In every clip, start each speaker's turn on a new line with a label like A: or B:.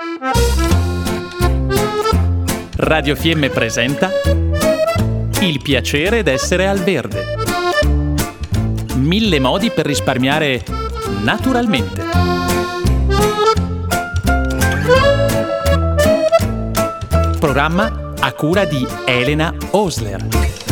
A: Radio Fiemme presenta Il piacere d'essere al verde. 1000 modi per risparmiare naturalmente. Programma a cura di Elena Osler.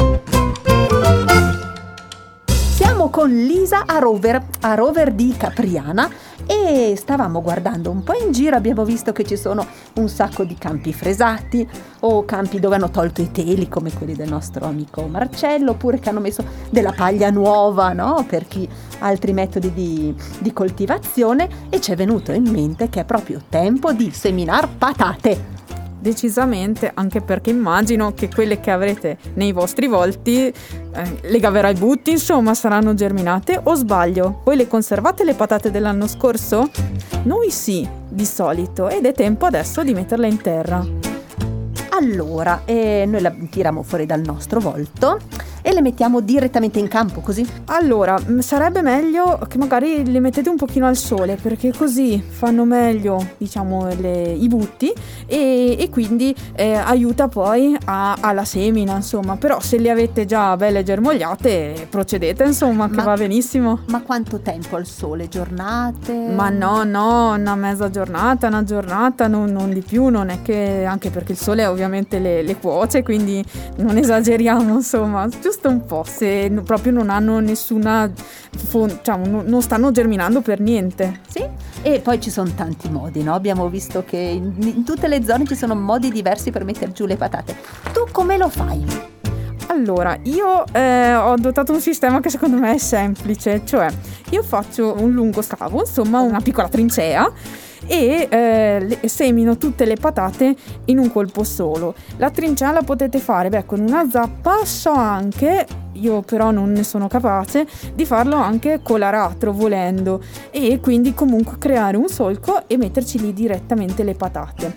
B: Siamo con Lisa a Rover di Capriana e stavamo guardando un po' in giro. Abbiamo visto che ci sono un sacco di campi fresati o campi dove hanno tolto i teli come quelli del nostro amico Marcello, oppure che hanno messo della paglia nuova, no? Per chi ha altri metodi di coltivazione, e ci è venuto in mente che è proprio tempo di seminar patate.
C: Decisamente, anche perché immagino che quelle che avrete nei vostri volti, le gaverai butti, insomma, saranno germinate, o sbaglio? Voi le conservate le patate dell'anno scorso? Noi sì, di solito, ed è tempo adesso di metterle in terra.
B: Allora, noi la tiriamo fuori dal nostro volto e le mettiamo direttamente in campo, così?
C: Allora, sarebbe meglio che magari le mettete un pochino al sole, perché così fanno meglio, diciamo, i butti e quindi aiuta poi alla semina, insomma. Però se le avete già belle germogliate, procedete, insomma, che va benissimo.
B: Ma quanto tempo al sole? Giornate?
C: Ma no, una mezza giornata, una giornata, non di più. Non è che, anche perché il sole ovviamente le cuoce, quindi non esageriamo, insomma, giusto un po', se proprio non hanno nessuna non stanno germinando per niente.
B: Sì, e poi ci sono tanti modi, no? Abbiamo visto che in tutte le zone ci sono modi diversi per mettere giù le patate. Tu come lo fai?
C: Allora, io ho adottato un sistema che secondo me è semplice, cioè io faccio un lungo scavo, insomma una piccola trincea, e semino tutte le patate in un colpo solo. La trincea la potete fare con una zappa, so anche, io però non ne sono capace, di farlo anche con l'aratro volendo, e quindi comunque creare un solco e metterci lì direttamente le patate.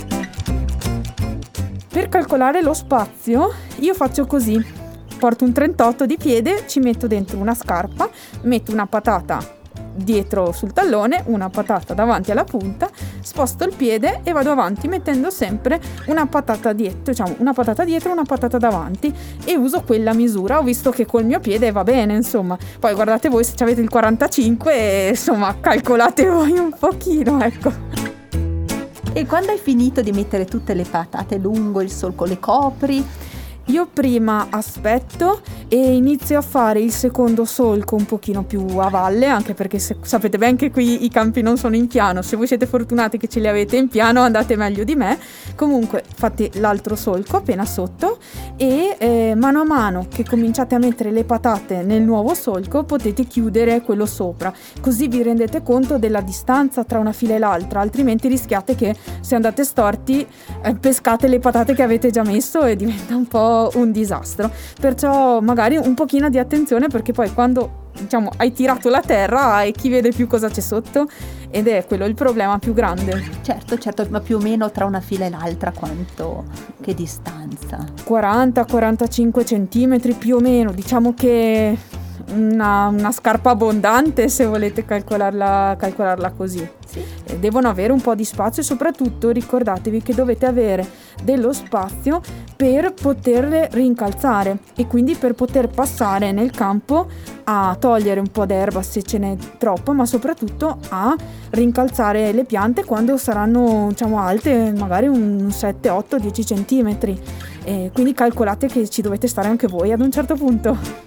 C: Per calcolare lo spazio io faccio così: porto un 38 di piede, ci metto dentro una scarpa, metto una patata dietro sul tallone, una patata davanti alla punta, sposto il piede e vado avanti mettendo sempre una patata dietro, una patata davanti, e uso quella misura. Ho visto che col mio piede va bene, insomma. Poi guardate voi se avete il 45, insomma, calcolate voi un pochino, ecco.
B: E quando hai finito di mettere tutte le patate lungo il solco, le copri?
C: Io prima aspetto e inizio a fare il secondo solco un pochino più a valle, anche perché sapete ben che qui i campi non sono in piano. Se voi siete fortunati che ce li avete in piano, andate meglio di me. Comunque fate l'altro solco appena sotto e mano a mano che cominciate a mettere le patate nel nuovo solco potete chiudere quello sopra, così vi rendete conto della distanza tra una fila e l'altra, altrimenti rischiate che, se andate storti, pescate le patate che avete già messo e diventa un po' un disastro. Perciò magari un pochino di attenzione, perché poi quando hai tirato la terra e chi vede più cosa c'è sotto, ed è quello il problema più grande.
B: Certo, ma più o meno tra una fila e l'altra che distanza?
C: 40-45 centimetri più o meno, diciamo che una scarpa abbondante, se volete calcolarla così.
B: Sì.
C: Devono avere un po' di spazio, e soprattutto ricordatevi che dovete avere dello spazio per poterle rincalzare, e quindi per poter passare nel campo a togliere un po' d'erba se ce n'è troppo, ma soprattutto a rincalzare le piante quando saranno alte magari un 7, 8, 10 centimetri. Quindi calcolate che ci dovete stare anche voi ad un certo punto.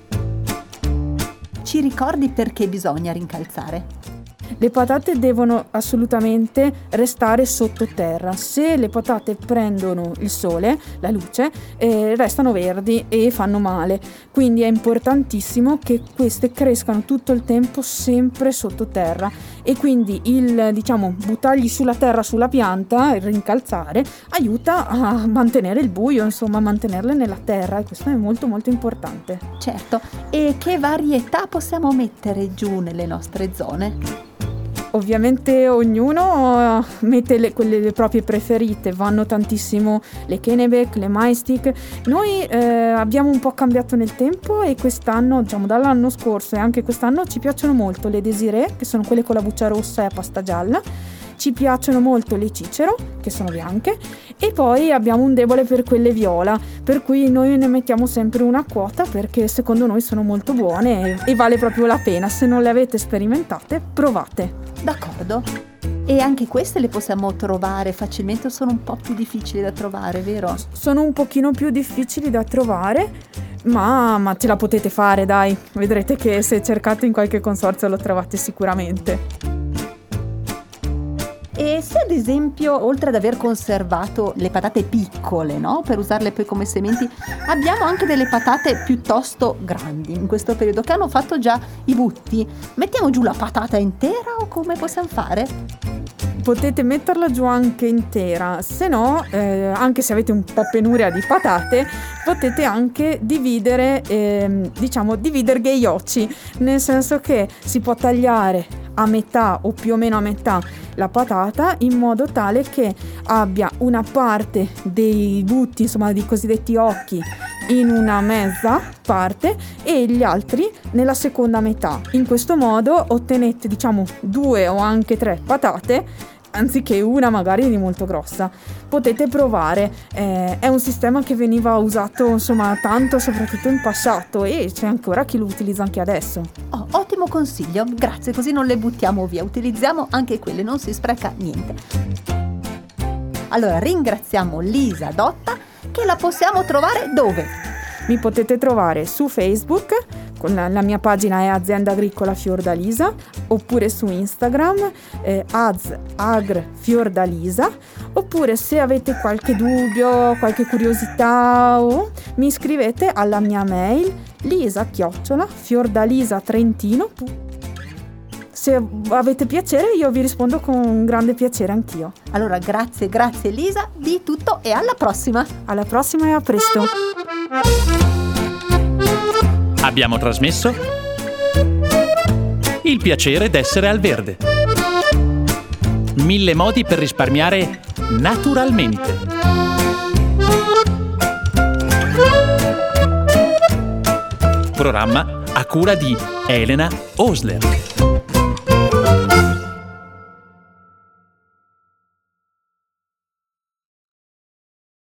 B: Ci ricordi perché bisogna rincalzare?
C: Le patate devono assolutamente restare sottoterra. Se le patate prendono il sole, la luce, restano verdi e fanno male. Quindi è importantissimo che queste crescano tutto il tempo sempre sottoterra, e quindi buttargli sulla terra, sulla pianta, il rincalzare aiuta a mantenere il buio, insomma, a mantenerle nella terra, e questo è molto molto importante.
B: Certo. E che varietà possiamo mettere giù nelle nostre zone?
C: Ovviamente ognuno mette le proprie preferite, vanno tantissimo le Kennebec, le Maestick. Noi abbiamo un po' cambiato nel tempo, e quest'anno, dall'anno scorso e anche quest'anno, ci piacciono molto le Désirée, che sono quelle con la buccia rossa e a pasta gialla, Ci piacciono molto le Cicero, che sono bianche, e poi abbiamo un debole per quelle viola, per cui noi ne mettiamo sempre una quota perché secondo noi sono molto buone e vale proprio la pena. Se non le avete sperimentate, provate.
B: D'accordo. E anche queste le possiamo trovare facilmente o sono un po' più difficili da trovare, vero?
C: Sono un pochino più difficili da trovare, ma ce la potete fare, dai. Vedrete che se cercate in qualche consorzio lo trovate sicuramente.
B: E se ad esempio, oltre ad aver conservato le patate piccole, no? Per usarle poi come sementi, abbiamo anche delle patate piuttosto grandi in questo periodo che hanno fatto già i butti, mettiamo giù la patata intera o come possiamo fare?
C: Potete metterla giù anche intera, se no, anche se avete un po' penuria di patate, potete anche dividere ghiaiocci, nel senso che si può tagliare a metà o più o meno a metà la patata in modo tale che abbia una parte dei butti, insomma dei cosiddetti occhi, in una mezza parte e gli altri nella seconda metà. In questo modo ottenete 2 o anche 3 patate anziché una magari di molto grossa. Potete provare, è un sistema che veniva usato tanto soprattutto in passato e c'è ancora chi lo utilizza anche adesso.
B: Oh, ottimo consiglio, grazie, così non le buttiamo via, utilizziamo anche quelle, non si spreca niente. Allora ringraziamo Lisa Dotta, che la possiamo trovare dove?
C: Mi potete trovare su Facebook, con la mia pagina è Azienda Agricola Fiordalisa, oppure su Instagram AzAgrFiordalisa, oppure se avete qualche dubbio, qualche curiosità, mi scrivete alla mia mail lisa@fiordalisatrentino. Se avete piacere io vi rispondo con grande piacere anch'io.
B: Allora grazie Lisa, di tutto e alla prossima!
C: Alla prossima e a presto!
A: Abbiamo trasmesso Il piacere d'essere al verde. 1000 modi per risparmiare naturalmente. Programma a cura di Elena Osler.